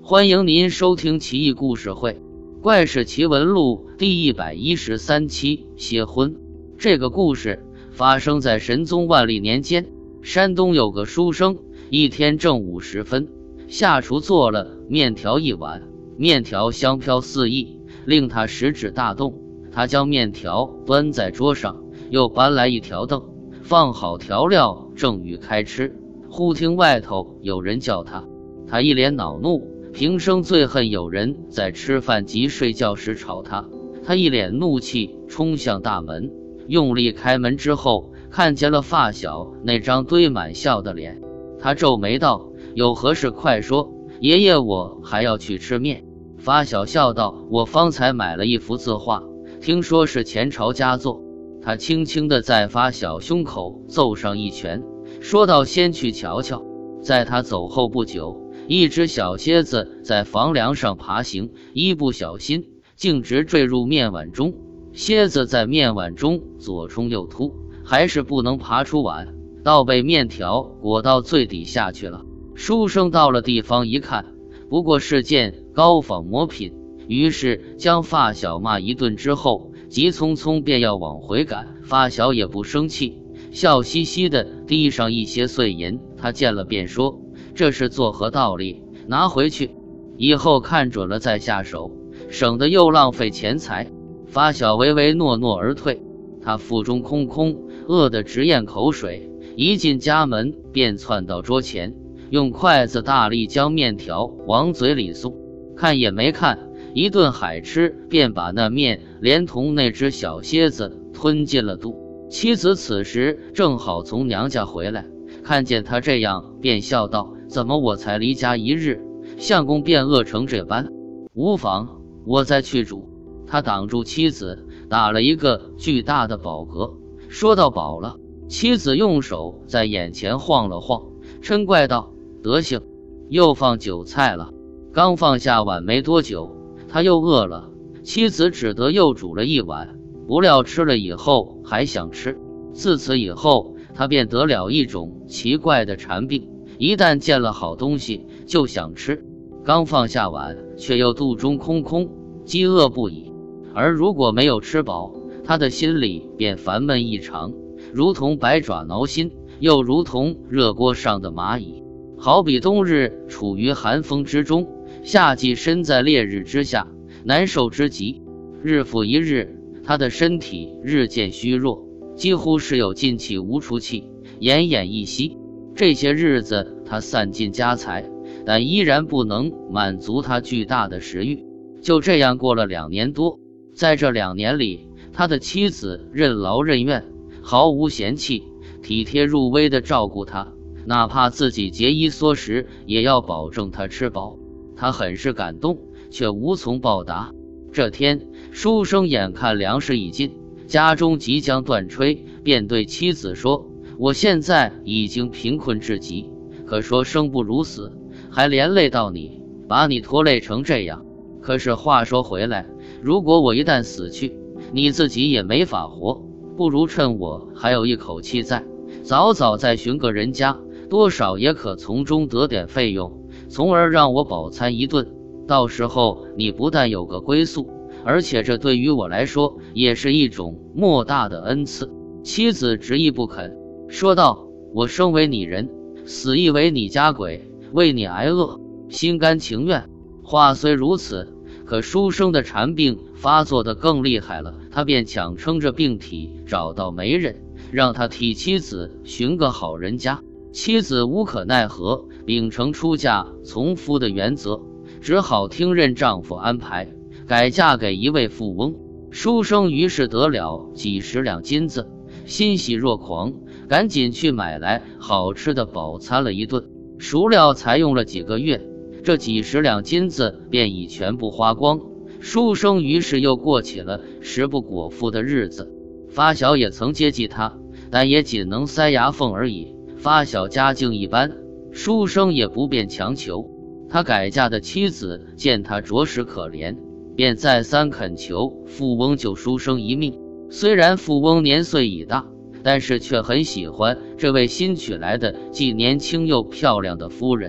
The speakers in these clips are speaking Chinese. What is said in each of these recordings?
欢迎您收听奇异故事会《怪事奇闻录》第113期歇婚。这个故事发生在神宗万历年间，山东有个书生，一天正午时分，下厨做了面条一碗，面条香飘四溢，令他食指大动。他将面条端在桌上，又搬来一条凳，放好调料，正欲开吃，忽听外头有人叫他，他一脸恼怒，平生最恨有人在吃饭及睡觉时吵他。他一脸怒气冲向大门，用力开门之后，看见了发小那张堆满笑的脸。他皱眉道：有何事快说，爷爷我还要去吃面。发小笑道：我方才买了一幅字画，听说是前朝佳作。他轻轻地在发小胸口揍上一拳，说道：先去瞧瞧。在他走后不久，一只小蝎子在房梁上爬行，一不小心径直坠入面碗中。蝎子在面碗中左冲右突，还是不能爬出碗，倒被面条裹到最底下去了。书生到了地方一看，不过是件高仿磨品，于是将发小骂一顿之后，急匆匆便要往回赶。发小也不生气，笑嘻嘻地滴上一些碎银，他见了便说：这是作何道理，拿回去，以后看准了再下手，省得又浪费钱财。发小唯唯诺诺而退。他腹中空空，饿得直咽口水，一进家门便窜到桌前，用筷子大力将面条往嘴里送，看也没看，一顿海吃，便把那面连同那只小蝎子吞进了肚。妻子此时正好从娘家回来，看见他这样，便笑道：怎么我才离家一日，相公便饿成这般？无妨，我再去煮。他挡住妻子，打了一个巨大的饱嗝，说道：饱了。妻子用手在眼前晃了晃，嗔怪道：德行，又放酒菜了。刚放下碗没多久，他又饿了，妻子只得又煮了一碗，不料吃了以后还想吃。自此以后，他便得了一种奇怪的馋病，一旦见了好东西就想吃，刚放下碗却又肚中空空，饥饿不已。而如果没有吃饱，他的心里便烦闷异常，如同百爪挠心，又如同热锅上的蚂蚁，好比冬日处于寒风之中，夏季身在烈日之下，难受之极。日复一日，他的身体日渐虚弱，几乎是有进气无出气，奄奄一息。这些日子他散尽家财，但依然不能满足他巨大的食欲。就这样过了2年多，在这2年里，他的妻子任劳任怨，毫无嫌弃，体贴入微地照顾他，哪怕自己节衣缩食，也要保证他吃饱。他很是感动，却无从报答。这天，书生眼看粮食已尽，家中即将断炊，便对妻子说：我现在已经贫困至极，可说生不如死，还连累到你，把你拖累成这样。可是话说回来，如果我一旦死去，你自己也没法活，不如趁我还有一口气在，早早再寻个人家，多少也可从中得点费用，从而让我饱餐一顿。到时候你不但有个归宿，而且这对于我来说也是一种莫大的恩赐。妻子执意不肯，说道：我生为你人，死亦为你家鬼，为你挨饿，心甘情愿。话虽如此，可书生的馋病发作得更厉害了，他便强撑着病体找到媒人，让他替妻子寻个好人家。妻子无可奈何，秉承出嫁从夫的原则，只好听任丈夫安排，改嫁给一位富翁。书生于是得了几十两金子，欣喜若狂，赶紧去买来好吃的饱餐了一顿。孰料才用了几个月，这几十两金子便已全部花光。书生于是又过起了食不果腹的日子。发小也曾接济他，但也仅能塞牙缝而已。发小家境一般，书生也不便强求。他改嫁的妻子见他着实可怜，便再三恳求富翁救书生一命。虽然富翁年岁已大，但是却很喜欢这位新娶来的既年轻又漂亮的夫人，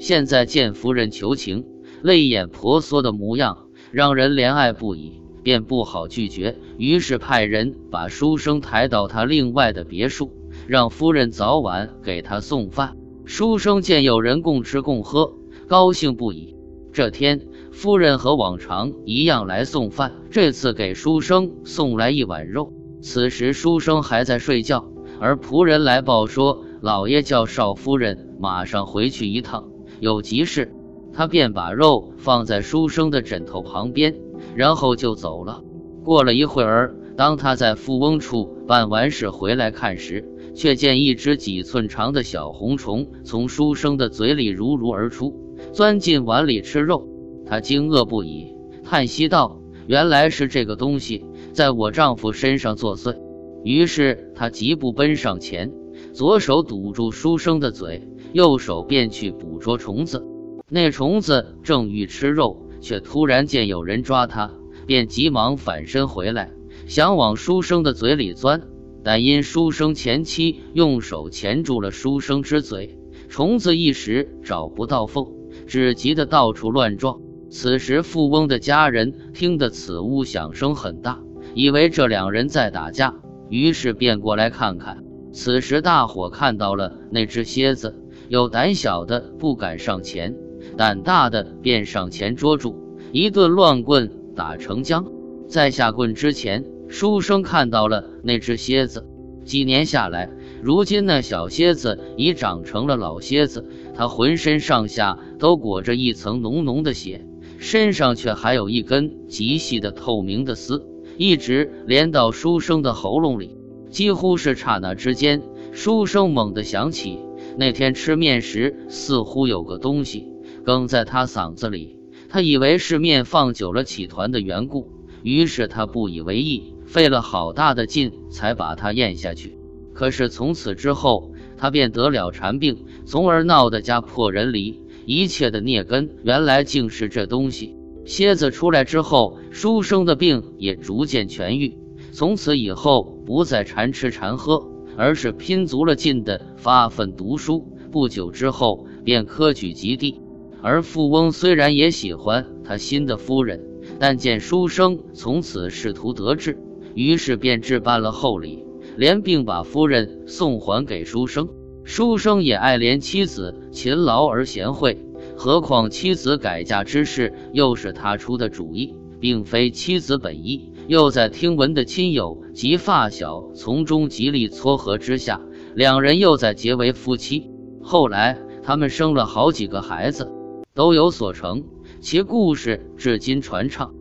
现在见夫人求情，泪眼婆娑的模样，让人怜爱不已，便不好拒绝，于是派人把书生抬到他另外的别墅，让夫人早晚给他送饭。书生见有人共吃共喝，高兴不已。这天，夫人和往常一样来送饭，这次给书生送来一碗肉。此时书生还在睡觉，而仆人来报说，老爷叫少夫人马上回去一趟，有急事。他便把肉放在书生的枕头旁边，然后就走了。过了一会儿，当他在富翁处办完事回来看时，却见一只几寸长的小红虫从书生的嘴里如而出，钻进碗里吃肉。他惊愕不已，叹息道：原来是这个东西在我丈夫身上作祟。于是他急步奔上前，左手堵住书生的嘴，右手便去捕捉虫子。那虫子正欲吃肉，却突然见有人抓他，便急忙反身回来，想往书生的嘴里钻，但因书生前妻用手钳住了书生之嘴，虫子一时找不到缝，只急得到处乱撞。此时富翁的家人听得此屋响声很大，以为这两人在打架，于是便过来看看。此时大伙看到了那只蝎子，有胆小的不敢上前，胆大的便上前捉住，一顿乱棍打成浆。在下棍之前，书生看到了那只蝎子。几年下来，如今那小蝎子已长成了老蝎子，它浑身上下都裹着一层浓浓的血，身上却还有一根极细的透明的丝，一直连到书生的喉咙里。几乎是刹那之间，书生猛地想起那天吃面时似乎有个东西梗在他嗓子里，他以为是面放久了起团的缘故，于是他不以为意，费了好大的劲才把它咽下去。可是从此之后，他便得了馋病，从而闹得家破人离，一切的孽根原来竟是这东西。蝎子出来之后，书生的病也逐渐痊愈，从此以后不再馋吃馋喝，而是拼足了劲的发奋读书，不久之后便科举及第。而富翁虽然也喜欢他新的夫人，但见书生从此仕途得志，于是便置办了厚礼，连并把夫人送还给书生。书生也爱怜妻子勤劳而贤惠，何况妻子改嫁之事又是他出的主意，并非妻子本意，又在听闻的亲友及发小从中极力撮合之下，两人又再结为夫妻。后来他们生了好几个孩子，都有所成，其故事至今传唱。